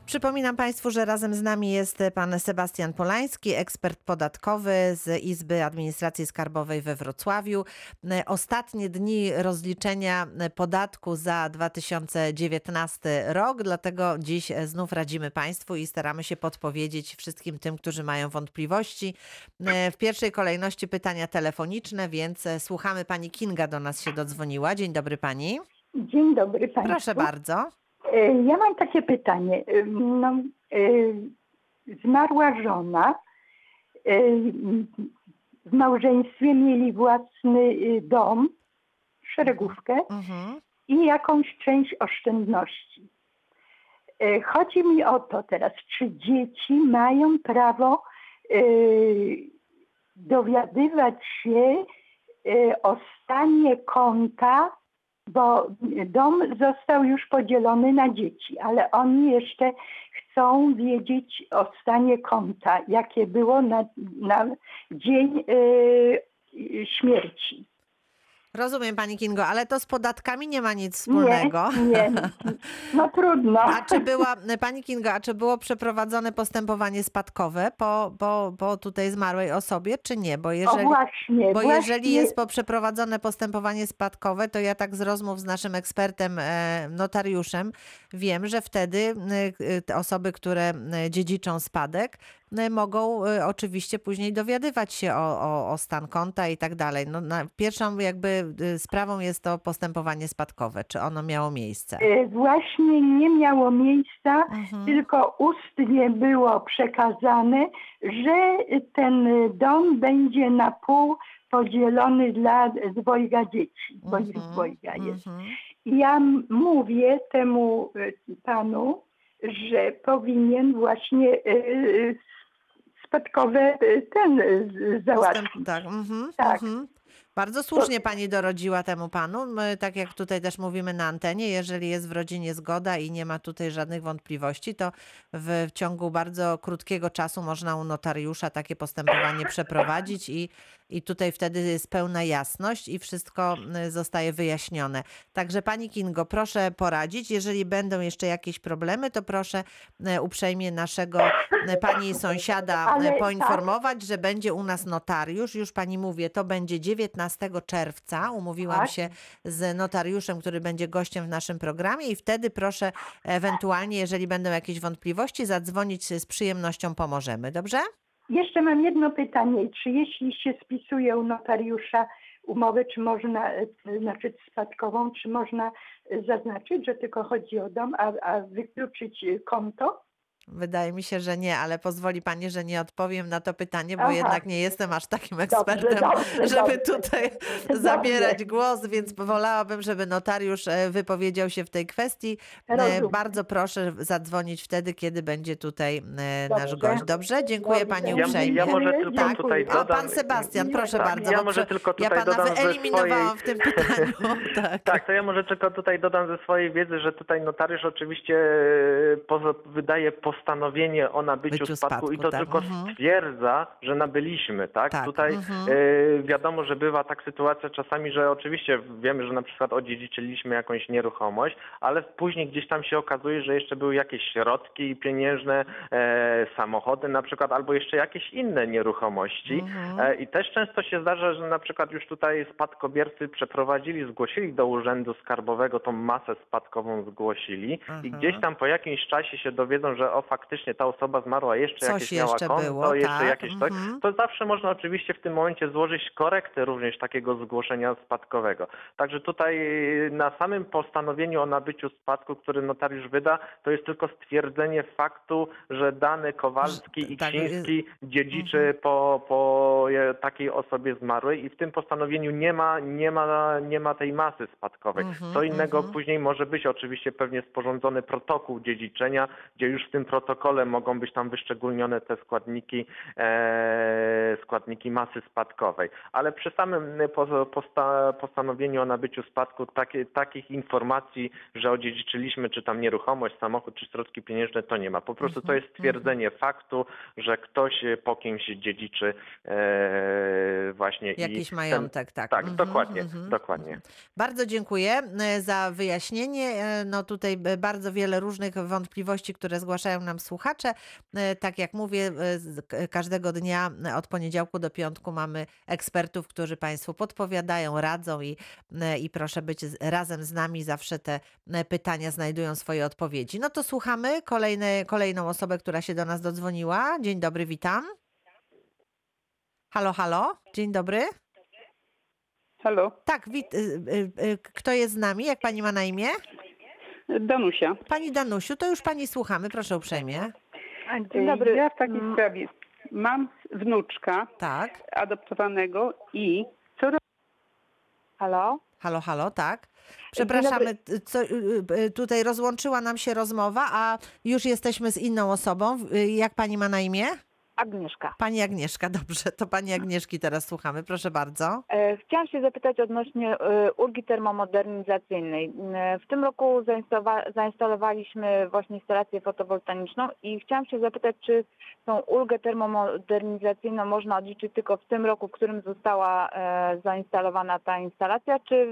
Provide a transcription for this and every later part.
Przypominam Państwu, że razem z nami jest pan Sebastian Polański, ekspert podatkowy z Izby Administracji Skarbowej we Wrocławiu. Ostatnie dni rozliczenia podatku za 2019 rok, dlatego dziś znów radzimy Państwu i staramy się podpowiedzieć wszystkim tym, którzy mają wątpliwości. W pierwszej kolejności pytania telefoniczne, więc słuchamy. Pani Kinga do nas się dodzwoniła. Dzień dobry pani. Dzień dobry Państwu. Proszę bardzo. Ja mam takie pytanie. Zmarła żona. W małżeństwie mieli własny dom, szeregówkę i jakąś część oszczędności. Chodzi mi o to teraz, czy dzieci mają prawo dowiadywać się o stanie konta, bo dom został już podzielony na dzieci, ale oni jeszcze chcą wiedzieć o stanie konta, jakie było na dzień śmierci. Rozumiem pani Kingo, ale to z podatkami nie ma nic wspólnego. Nie. No trudno. A czy była, pani Kingo, a czy było przeprowadzone postępowanie spadkowe po tutaj zmarłej osobie, czy nie? Bo jeżeli jest przeprowadzone postępowanie spadkowe, to ja tak z rozmów z naszym ekspertem, notariuszem, wiem, że wtedy te osoby, które dziedziczą spadek, mogą oczywiście później dowiadywać się o stan konta i tak dalej. Pierwszą jakby sprawą jest to postępowanie spadkowe. Czy ono miało miejsce? Właśnie nie miało miejsca, tylko ustnie było przekazane, że ten dom będzie na pół podzielony dla dwojga dzieci, bo ich dwojga jest. I ja mówię temu panu, że powinien właśnie spadkowe załatwić. Tak. Bardzo słusznie pani dorodziła temu panu. My, tak jak tutaj też mówimy na antenie, jeżeli jest w rodzinie zgoda i nie ma tutaj żadnych wątpliwości, to w ciągu bardzo krótkiego czasu można u notariusza takie postępowanie przeprowadzić i tutaj wtedy jest pełna jasność i wszystko zostaje wyjaśnione. Także pani Kingo, proszę poradzić. Jeżeli będą jeszcze jakieś problemy, to proszę uprzejmie naszego pani sąsiada poinformować, że będzie u nas notariusz. Już pani mówię, to będzie 19 czerwca. Umówiłam się z notariuszem, który będzie gościem w naszym programie i wtedy proszę ewentualnie, jeżeli będą jakieś wątpliwości, zadzwonić, z przyjemnością pomożemy. Dobrze? Jeszcze mam jedno pytanie. Czy jeśli się spisuje u notariusza umowę, czy można, znaczy spadkową, czy można zaznaczyć, że tylko chodzi o dom, a wykluczyć konto? Wydaje mi się, że nie, ale pozwoli pani, że nie odpowiem na to pytanie, bo jednak nie jestem aż takim ekspertem, żeby tutaj zabierać głos, więc wolałabym, żeby notariusz wypowiedział się w tej kwestii. Bardzo proszę zadzwonić wtedy, kiedy będzie tutaj nasz gość. Dobrze? Dziękuję pani uprzejmie. Ja może tylko tutaj dodam. Pan Sebastian, proszę bardzo. Ja może tylko tutaj pana dodam wyeliminowałam w tym pytaniu. Tak, to ja może tylko tutaj dodam ze swojej wiedzy, że tutaj notariusz oczywiście wydaje postanowienie o nabyciu spadku i to tylko stwierdza, że nabyliśmy, tak? Tutaj wiadomo, że bywa tak sytuacja czasami, że oczywiście wiemy, że na przykład odziedziczyliśmy jakąś nieruchomość, ale później gdzieś tam się okazuje, że jeszcze były jakieś środki pieniężne, samochody na przykład, albo jeszcze jakieś inne nieruchomości. I też często się zdarza, że na przykład już tutaj spadkobiercy zgłosili do Urzędu Skarbowego tą masę spadkową zgłosili i gdzieś tam po jakimś czasie się dowiedzą, że faktycznie ta osoba zmarła, jeszcze jakieś miała konto, jeszcze jakieś coś, to zawsze można oczywiście w tym momencie złożyć korektę również takiego zgłoszenia spadkowego. Także tutaj na samym postanowieniu o nabyciu spadku, który notariusz wyda, to jest tylko stwierdzenie faktu, że dany Kowalski i Ksiński dziedziczy po takiej osobie zmarłej i w tym postanowieniu nie ma tej masy spadkowej. Co innego później może być oczywiście pewnie sporządzony protokół dziedziczenia, gdzie już w tym protokole mogą być tam wyszczególnione te składniki masy spadkowej. Ale przy samym postanowieniu o nabyciu spadku takich informacji, że odziedziczyliśmy czy tam nieruchomość, samochód czy środki pieniężne, to nie ma. Po prostu to jest stwierdzenie faktu, że ktoś po kimś dziedziczy właśnie jakiś majątek, tak. Tak, dokładnie. Bardzo dziękuję za wyjaśnienie. No tutaj bardzo wiele różnych wątpliwości wątpliwości, które zgłaszają nam słuchacze. Tak jak mówię, każdego dnia od poniedziałku do piątku mamy ekspertów, którzy Państwu podpowiadają, radzą i proszę być razem z nami. Zawsze te pytania znajdują swoje odpowiedzi. No to słuchamy kolejną osobę, która się do nas dodzwoniła. Dzień dobry, witam. Halo, halo. Dzień dobry. Halo. Tak, kto jest z nami? Jak pani ma na imię? Danusia. Pani Danusiu, to już pani słuchamy, proszę uprzejmie. Dzień dobry. Ja w takiej sprawie mam wnuczka Tak. adoptowanego i co robić? Halo? Halo, halo, tak. Przepraszamy, tutaj rozłączyła nam się rozmowa, a już jesteśmy z inną osobą. Jak pani ma na imię? Agnieszka. Pani Agnieszka, dobrze. To pani Agnieszki teraz słuchamy. Proszę bardzo. Chciałam się zapytać odnośnie ulgi termomodernizacyjnej. W tym roku zainstalowaliśmy właśnie instalację fotowoltaiczną i chciałam się zapytać, czy tą ulgę termomodernizacyjną można odliczyć tylko w tym roku, w którym została zainstalowana ta instalacja, czy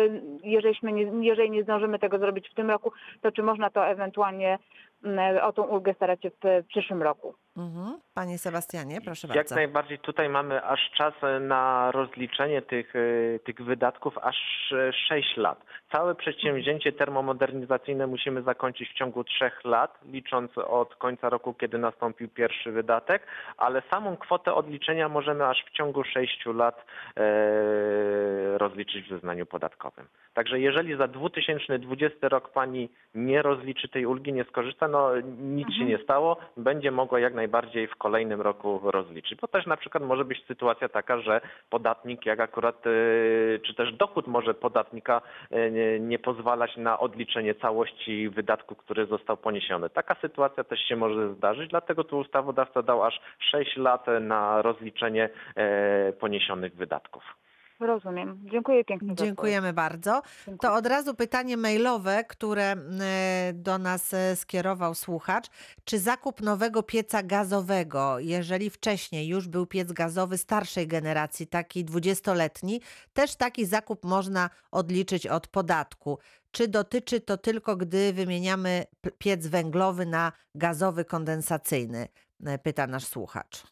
jeżeli nie zdążymy tego zrobić w tym roku, to czy można to ewentualnie o tą ulgę starać się w przyszłym roku? Panie Sebastianie, proszę bardzo. Jak najbardziej tutaj mamy aż czas na rozliczenie tych wydatków aż 6 lat. Całe przedsięwzięcie termomodernizacyjne musimy zakończyć w ciągu 3 lat, licząc od końca roku, kiedy nastąpił pierwszy wydatek, ale samą kwotę odliczenia możemy aż w ciągu 6 lat rozliczyć w zeznaniu podatkowym. Także jeżeli za 2020 rok pani nie rozliczy tej ulgi, nie skorzysta, no nic się nie stało, będzie mogła jak najbardziej w kolejnym roku rozliczyć. Bo też na przykład może być sytuacja taka, że podatnik, jak akurat, czy też dochód może podatnika nie pozwalać na odliczenie całości wydatku, który został poniesiony. Taka sytuacja też się może zdarzyć, dlatego tu ustawodawca dał aż 6 lat na rozliczenie poniesionych wydatków. Rozumiem. Dziękuję pięknie. Dziękujemy bardzo. To od razu pytanie mailowe, które do nas skierował słuchacz. Czy zakup nowego pieca gazowego, jeżeli wcześniej już był piec gazowy starszej generacji, taki 20-letni, też taki zakup można odliczyć od podatku? Czy dotyczy to tylko, gdy wymieniamy piec węglowy na gazowy kondensacyjny? Pyta nasz słuchacz.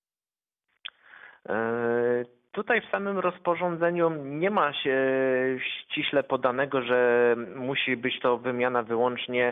Tutaj w samym rozporządzeniu nie ma się ściśle podanego, że musi być to wymiana wyłącznie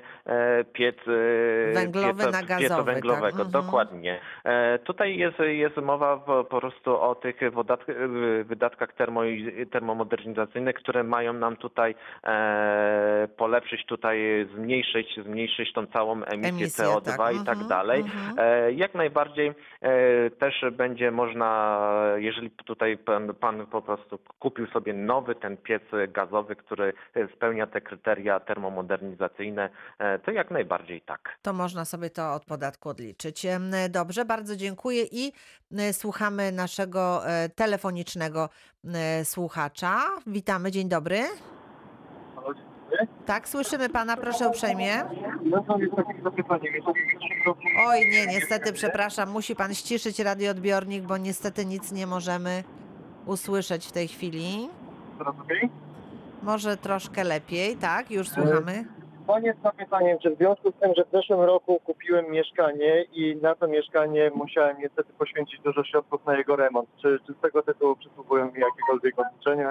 pieca węglowego. Tak? Dokładnie. Tutaj jest mowa po prostu o tych wydatkach termomodernizacyjnych, które mają nam tutaj polepszyć, zmniejszyć tą całą emisję CO2 tak. I tak dalej. Jak najbardziej też będzie można, jeżeli tutaj pan po prostu kupił sobie nowy ten piec gazowy, który spełnia te kryteria termomodernizacyjne, to jak najbardziej tak. To można sobie to od podatku odliczyć. Dobrze, bardzo dziękuję i słuchamy naszego telefonicznego słuchacza. Witamy, dzień dobry. Halo, dzień dobry. Tak, słyszymy pana, proszę uprzejmie. No to jest takie zapytanie. Oj, nie, niestety, przepraszam, musi pan ściszyć radioodbiornik, bo niestety nic nie możemy usłyszeć w tej chwili. Teraz lepiej? Może troszkę lepiej, tak, już słuchamy. Panie, z zapytaniem, czy w związku z tym, że w zeszłym roku kupiłem mieszkanie i na to mieszkanie musiałem niestety poświęcić dużo środków na jego remont, czy z tego tytułu przysługują mi jakiekolwiek odliczenia,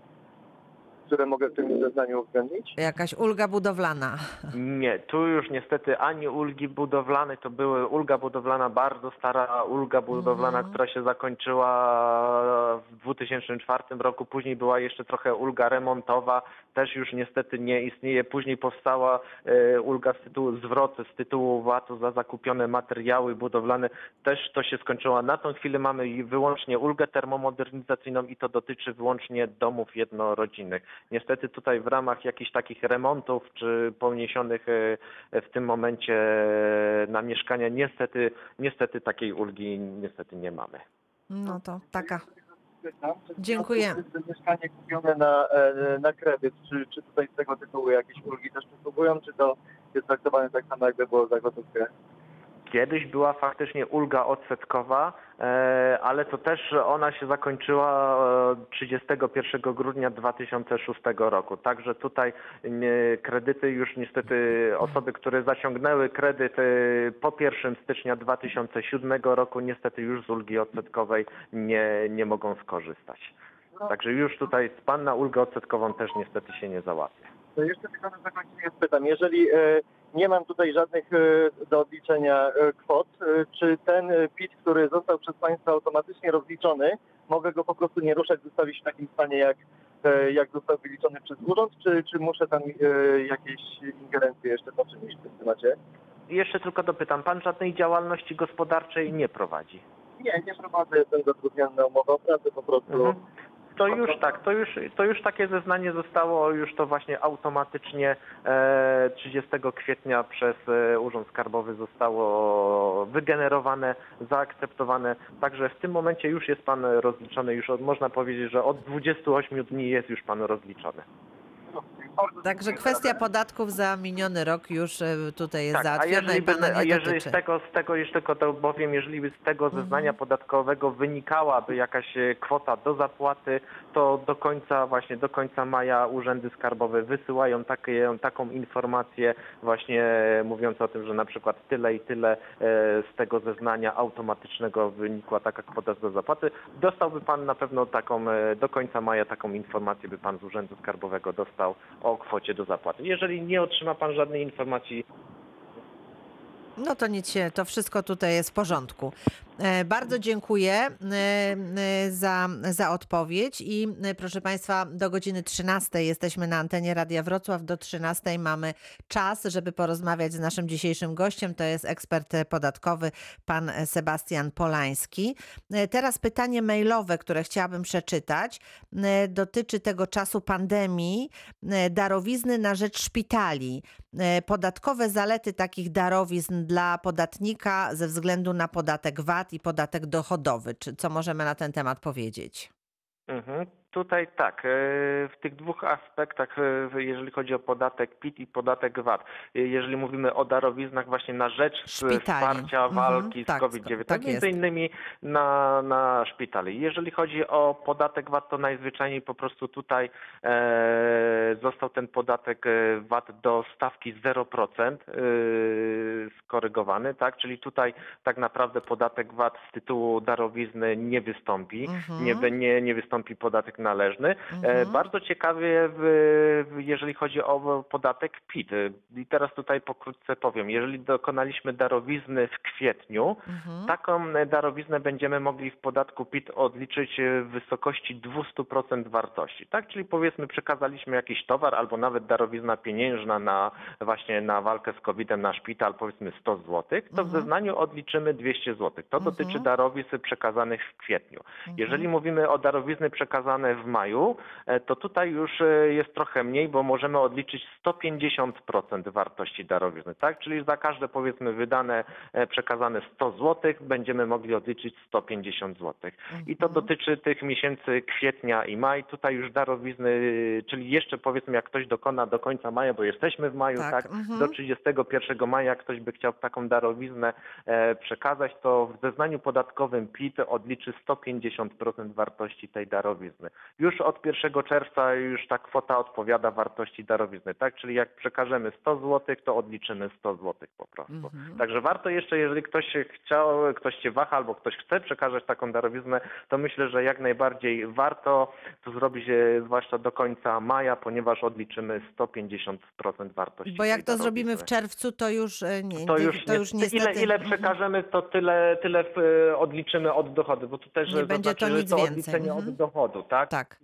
które mogę w tym zeznaniu uwzględnić? Jakaś ulga budowlana. Nie, tu już niestety ani ulgi budowlane, to była ulga budowlana, bardzo stara ulga budowlana, która się zakończyła w 2004 roku. Później była jeszcze trochę ulga remontowa, też już niestety nie istnieje. Później powstała ulga z tytułu zwrotu, z tytułu VAT-u za zakupione materiały budowlane. Też to się skończyło. Na tą chwilę mamy wyłącznie ulgę termomodernizacyjną i to dotyczy wyłącznie domów jednorodzinnych. Niestety tutaj w ramach jakichś takich remontów czy poniesionych w tym momencie na mieszkania niestety takiej ulgi niestety nie mamy. No to taka. Dziękuję. Mieszkanie kupione na kredyt, czy tutaj z tego tytułu jakieś ulgi też przysługują, czy to jest traktowane tak samo, jakby było za gotówkę? Kiedyś była faktycznie ulga odsetkowa, ale to też ona się zakończyła 31 grudnia 2006 roku. Także tutaj kredyty już niestety osoby, które zaciągnęły kredyt po 1 stycznia 2007 roku niestety już z ulgi odsetkowej nie mogą skorzystać. Także już tutaj pan na ulgę odsetkową też niestety się nie załapie. To jeszcze tylko na zakończenie spytam, jeżeli nie mam tutaj żadnych do odliczenia kwot, czy ten PIT, który został przez państwa automatycznie rozliczony, mogę go po prostu nie ruszać, zostawić w takim stanie, jak został wyliczony przez urząd, czy muszę tam jakieś ingerencje jeszcze poczynić w tym temacie? Jeszcze tylko dopytam, pan żadnej działalności gospodarczej nie prowadzi? Nie prowadzę, jestem zatrudniony na umowę o pracę po prostu. To już tak, to już takie zeznanie zostało już to właśnie automatycznie 30 kwietnia przez Urząd Skarbowy zostało wygenerowane, zaakceptowane. Także w tym momencie już jest pan rozliczony, już można powiedzieć, że od 28 dni jest już pan rozliczony. Także kwestia podatków za miniony rok już tutaj jest załatwiona i pana nie jeżeli dotyczy. z tego jeszcze tylko to powiem, jeżeli by z tego zeznania podatkowego wynikałaby jakaś kwota do zapłaty, to do końca maja urzędy skarbowe wysyłają taką informację właśnie mówiąc o tym, że na przykład tyle i tyle z tego zeznania automatycznego wynikła taka kwota do zapłaty. Dostałby pan na pewno taką do końca maja taką informację by pan z urzędu skarbowego dostał o kwocie do zapłaty. Jeżeli nie otrzyma pan żadnej informacji, No to nic się, to wszystko tutaj jest w porządku. Bardzo dziękuję za odpowiedź i proszę Państwa, do godziny 13 jesteśmy na antenie Radia Wrocław. Do 13 mamy czas, żeby porozmawiać z naszym dzisiejszym gościem. To jest ekspert podatkowy, pan Sebastian Polański. Teraz pytanie mailowe, które chciałabym przeczytać, dotyczy tego czasu pandemii, darowizny na rzecz szpitali. Podatkowe zalety takich darowizn dla podatnika ze względu na podatek VAT i podatek dochodowy. Co możemy na ten temat powiedzieć? Tutaj tak, w tych dwóch aspektach, jeżeli chodzi o podatek PIT i podatek VAT, jeżeli mówimy o darowiznach właśnie na rzecz wsparcia walki z COVID-19, tak między innymi na szpitali. Jeżeli chodzi o podatek VAT, to najzwyczajniej po prostu tutaj został ten podatek VAT do stawki 0% skorygowany, tak? Czyli tutaj tak naprawdę podatek VAT z tytułu darowizny nie wystąpi, nie wystąpi podatek należny. Bardzo ciekawie, jeżeli chodzi o podatek PIT. I teraz tutaj pokrótce powiem. Jeżeli dokonaliśmy darowizny w kwietniu, taką darowiznę będziemy mogli w podatku PIT odliczyć w wysokości 200% wartości. Tak? Czyli powiedzmy przekazaliśmy jakiś towar albo nawet darowizna pieniężna właśnie na walkę z COVID-em na szpital, powiedzmy 100 zł, to w zeznaniu odliczymy 200 zł. To dotyczy darowizn przekazanych w kwietniu. Jeżeli mówimy o darowizny przekazane w maju, to tutaj już jest trochę mniej, bo możemy odliczyć 150% wartości darowizny, tak? Czyli za każde powiedzmy wydane, przekazane 100 zł będziemy mogli odliczyć 150 zł. I to dotyczy tych miesięcy kwietnia i maj. Tutaj już darowizny, czyli jeszcze powiedzmy jak ktoś dokona do końca maja, bo jesteśmy w maju, tak? Do 31 maja jak ktoś by chciał taką darowiznę przekazać, to w zeznaniu podatkowym PIT odliczy 150% wartości tej darowizny. Już od 1 czerwca już ta kwota odpowiada wartości darowizny, tak? Czyli jak przekażemy 100 zł, to odliczymy 100 zł po prostu. Także warto jeszcze, jeżeli ktoś się waha albo ktoś chce przekazać taką darowiznę, to myślę, że jak najbardziej warto to zrobić, zwłaszcza do końca maja, ponieważ odliczymy 150% wartości. Bo jak to zrobimy w czerwcu, to już niestety... Ile przekażemy, to tyle odliczymy od dochodu, bo tu też nie będzie to nic więcej. Odliczenie od dochodu, tak? Tak.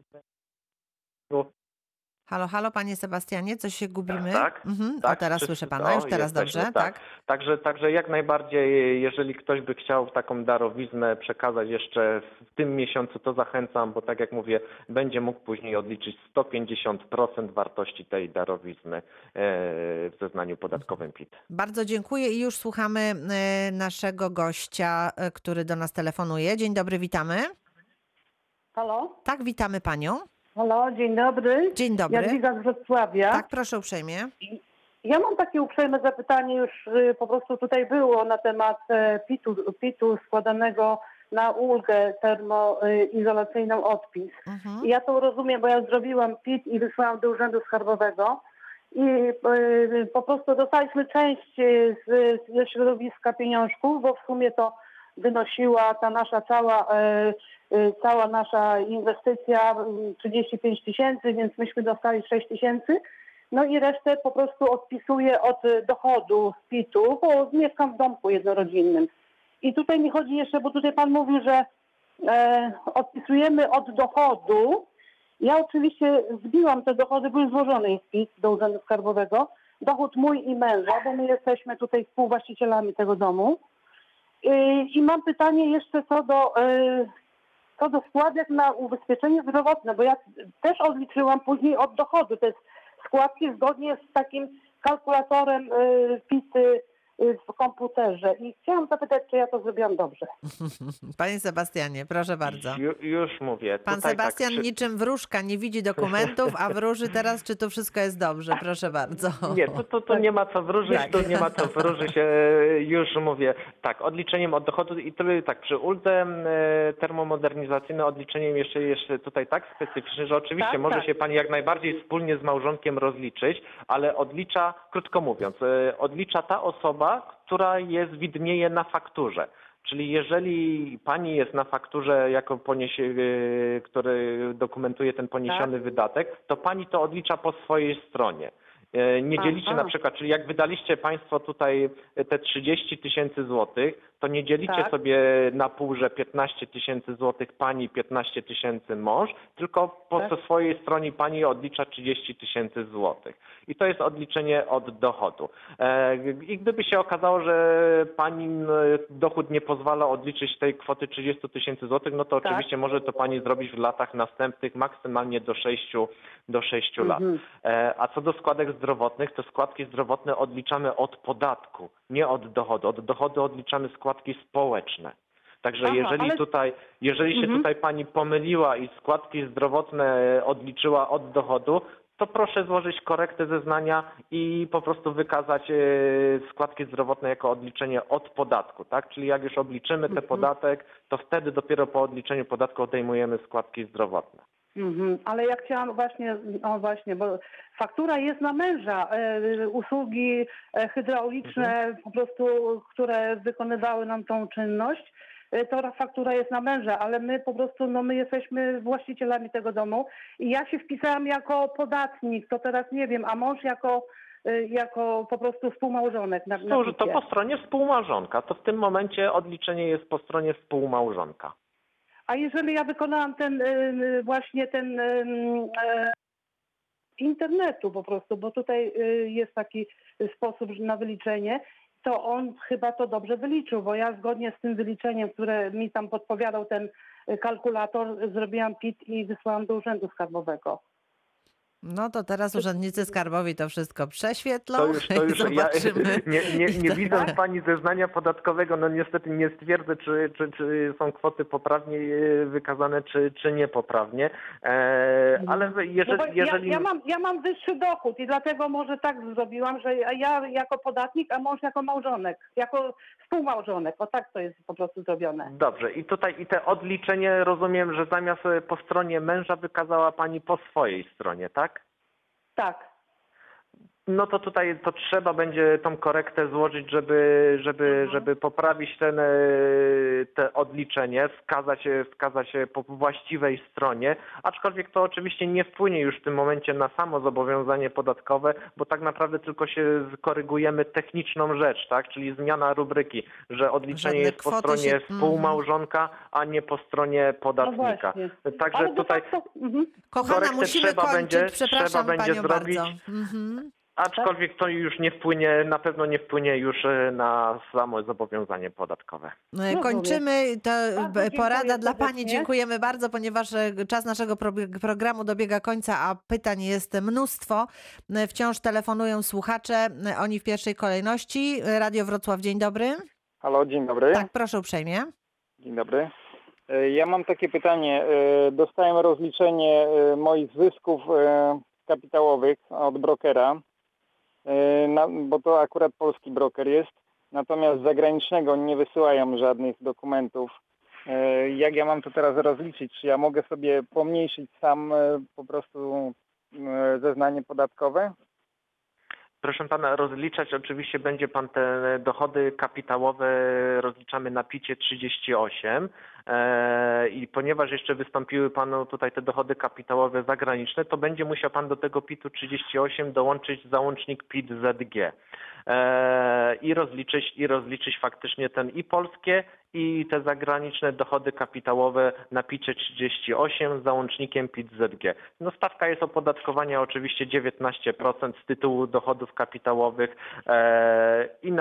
Halo, panie Sebastianie, coś się gubimy? Tak. O, teraz słyszę pana, już teraz jesteśmy, dobrze, tak? Także jak najbardziej, jeżeli ktoś by chciał taką darowiznę przekazać jeszcze w tym miesiącu, to zachęcam, bo tak jak mówię, będzie mógł później odliczyć 150% wartości tej darowizny w zeznaniu podatkowym PIT. Bardzo dziękuję i już słuchamy naszego gościa, który do nas telefonuje. Dzień dobry, witamy. Halo? Tak, witamy panią. Halo, dzień dobry. Dzień dobry. Jadwiga z Wrocławia. Tak, proszę uprzejmie. Ja mam takie uprzejme zapytanie, już po prostu tutaj było na temat PIT-u składanego na ulgę termoizolacyjną odpis. I ja to rozumiem, bo ja zrobiłam PIT i wysłałam do Urzędu Skarbowego i po prostu dostaliśmy część ze środowiska pieniążków, bo w sumie to wynosiła ta nasza cała nasza inwestycja 35 000, więc myśmy dostali 6 000. No i resztę po prostu odpisuję od dochodu PIT-u, bo mieszkam w domku jednorodzinnym. I tutaj mi chodzi jeszcze, bo tutaj pan mówił, że odpisujemy od dochodu. Ja oczywiście zbiłam te dochody, były złożone jest PIT do Urzędu Skarbowego. Dochód mój i męża, bo my jesteśmy tutaj współwłaścicielami tego domu. I mam pytanie jeszcze co do składek na ubezpieczenie zdrowotne, bo ja też odliczyłam później od dochodu te składki zgodnie z takim kalkulatorem PIT w komputerze. I chciałam zapytać, czy ja to zrobiłam dobrze. Panie Sebastianie, proszę bardzo. Już mówię. Pan Sebastian niczym wróżka nie widzi dokumentów, a wróży teraz, czy to wszystko jest dobrze. Proszę bardzo. Nie, tu nie ma co wróżyć, tu nie ma co wróżyć. Już mówię. Tak, odliczeniem od dochodu i tyle tak, przy uldze termomodernizacyjnej odliczeniem jeszcze tutaj tak specyficzne, że oczywiście może się pani jak najbardziej wspólnie z małżonkiem rozliczyć, ale odlicza, krótko mówiąc, odlicza ta osoba, która widnieje na fakturze. Czyli jeżeli pani jest na fakturze, który dokumentuje ten poniesiony wydatek, to pani to odlicza po swojej stronie. Nie dzielicie na przykład, czyli jak wydaliście państwo tutaj te 30 000 złotych, to nie dzielicie sobie na pół, że 15 000 złotych pani, 15 000 mąż, tylko po swojej stronie pani odlicza 30 000 złotych. I to jest odliczenie od dochodu. I gdyby się okazało, że pani dochód nie pozwala odliczyć tej kwoty 30 000 złotych, no to oczywiście może to pani zrobić w latach następnych maksymalnie do 6 lat. A co do składek zdrowotnych, to składki zdrowotne odliczamy od podatku, nie od dochodu. Od dochodu odliczamy składki społeczne. Także jeżeli się tutaj pani pomyliła i składki zdrowotne odliczyła od dochodu, to proszę złożyć korektę zeznania i po prostu wykazać składki zdrowotne jako odliczenie od podatku, tak? Czyli jak już obliczymy ten podatek, to wtedy dopiero po odliczeniu podatku odejmujemy składki zdrowotne. Ale ja chciałam właśnie, bo faktura jest na męża. Usługi hydrauliczne po prostu, które wykonywały nam tą czynność, to faktura jest na męża, ale my po prostu, my jesteśmy właścicielami tego domu i ja się wpisałam jako podatnik, to teraz nie wiem, a mąż jako po prostu współmałżonek. To po stronie współmałżonka, to w tym momencie odliczenie jest po stronie współmałżonka. A jeżeli ja wykonałam ten internetu po prostu, bo tutaj jest taki sposób na wyliczenie, to on chyba to dobrze wyliczył, bo ja zgodnie z tym wyliczeniem, które mi tam podpowiadał ten kalkulator, zrobiłam PIT i wysłałam do Urzędu Skarbowego. No to teraz urzędnicy skarbowi to wszystko prześwietlą. To już nie widząc pani zeznania podatkowego, no niestety nie stwierdzę, czy są kwoty poprawnie wykazane, czy niepoprawnie. Ale jeżeli... Ja mam wyższy dochód i dlatego może tak zrobiłam, że ja jako podatnik, a mąż jako małżonek, jako współmałżonek. O tak to jest po prostu zrobione. Dobrze. I tutaj te odliczenie rozumiem, że zamiast po stronie męża wykazała pani po swojej stronie, tak? Tak. No to tutaj to trzeba będzie tą korektę złożyć, żeby poprawić te odliczenie, wskazać po właściwej stronie, aczkolwiek to oczywiście nie wpłynie już w tym momencie na samo zobowiązanie podatkowe, bo tak naprawdę tylko się korygujemy techniczną rzecz, tak? Czyli zmiana rubryki, że odliczenie jest po stronie współmałżonka, a nie po stronie podatnika. No także tutaj kochana, musimy kończyć. Trzeba będzie zrobić. Aczkolwiek to już na pewno nie wpłynie już na samo zobowiązanie podatkowe. Kończymy. To porada dla pani. Dziękujemy bardzo, ponieważ czas naszego programu dobiega końca, a pytań jest mnóstwo. Wciąż telefonują słuchacze. Oni w pierwszej kolejności. Radio Wrocław, dzień dobry. Halo, dzień dobry. Tak, proszę uprzejmie. Dzień dobry. Ja mam takie pytanie. Dostałem rozliczenie moich zysków kapitałowych od brokera. bo to akurat polski broker jest, natomiast z zagranicznego nie wysyłają żadnych dokumentów. Jak ja mam to teraz rozliczyć? Czy ja mogę sobie pomniejszyć sam po prostu zeznanie podatkowe? Proszę pana, rozliczać oczywiście będzie pan te dochody kapitałowe, rozliczamy na PIT-cie 38 i ponieważ jeszcze wystąpiły panu tutaj te dochody kapitałowe zagraniczne, to będzie musiał pan do tego PIT-u 38 dołączyć załącznik PIT-ZG i rozliczyć faktycznie ten i polskie, i te zagraniczne dochody kapitałowe na PIT-cie 38 z załącznikiem PIT-ZG. No stawka jest opodatkowania oczywiście 19% z tytułu dochodów kapitałowych i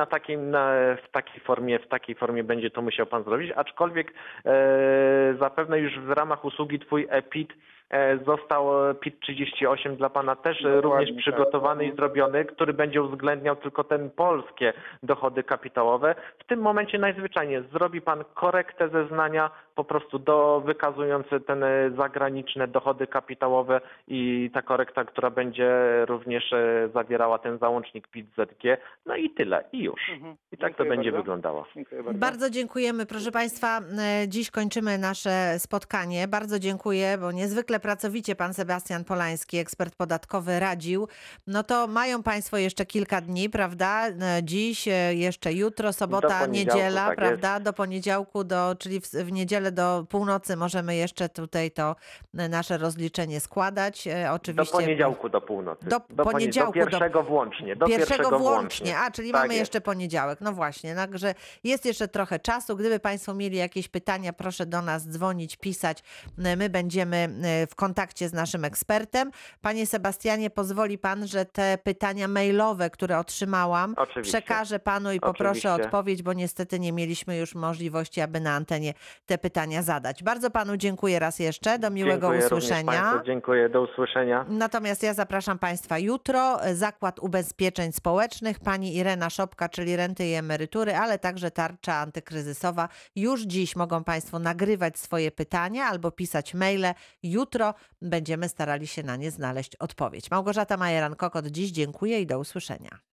w takiej formie będzie to musiał pan zrobić, aczkolwiek zapewne już w ramach usługi Twój e-PIT został PIT 38 dla pana też również przygotowany i zrobiony, który będzie uwzględniał tylko te polskie dochody kapitałowe. W tym momencie najzwyczajniej zrobi pan korektę zeznania po prostu wykazujące te zagraniczne dochody kapitałowe i ta korekta, która będzie również zawierała ten załącznik PIT-ZG. No i tyle, i już. I tak to będzie wyglądało. Bardzo dziękujemy. Proszę państwa, dziś kończymy nasze spotkanie. Bardzo dziękuję, bo niezwykle pracowicie pan Sebastian Polański, ekspert podatkowy, radził. No to mają państwo jeszcze kilka dni, prawda? Dziś, jeszcze jutro, sobota, niedziela, tak prawda? Jest. Do poniedziałku, czyli w niedzielę do północy możemy jeszcze tutaj to nasze rozliczenie składać. Oczywiście. Do poniedziałku do północy. Do poniedziałku. Do pierwszego włącznie. Do pierwszego włącznie. Czyli tak mamy jeszcze poniedziałek. No właśnie, także jest jeszcze trochę czasu. Gdyby państwo mieli jakieś pytania, proszę do nas dzwonić, pisać. My będziemy w kontakcie z naszym ekspertem. Panie Sebastianie, pozwoli pan, że te pytania mailowe, które otrzymałam, przekażę panu i poproszę o odpowiedź, bo niestety nie mieliśmy już możliwości, aby na antenie te pytania zadać. Bardzo panu dziękuję raz jeszcze. Do miłego usłyszenia. Dziękuję, do usłyszenia. Natomiast ja zapraszam państwa jutro. Zakład Ubezpieczeń Społecznych, pani Irena Szopka, czyli renty i emerytury, ale także tarcza antykryzysowa. Już dziś mogą państwo nagrywać swoje pytania albo pisać maile. Jutro będziemy starali się na nie znaleźć odpowiedź. Małgorzata Majeran-Kokot dziś dziękuję i do usłyszenia.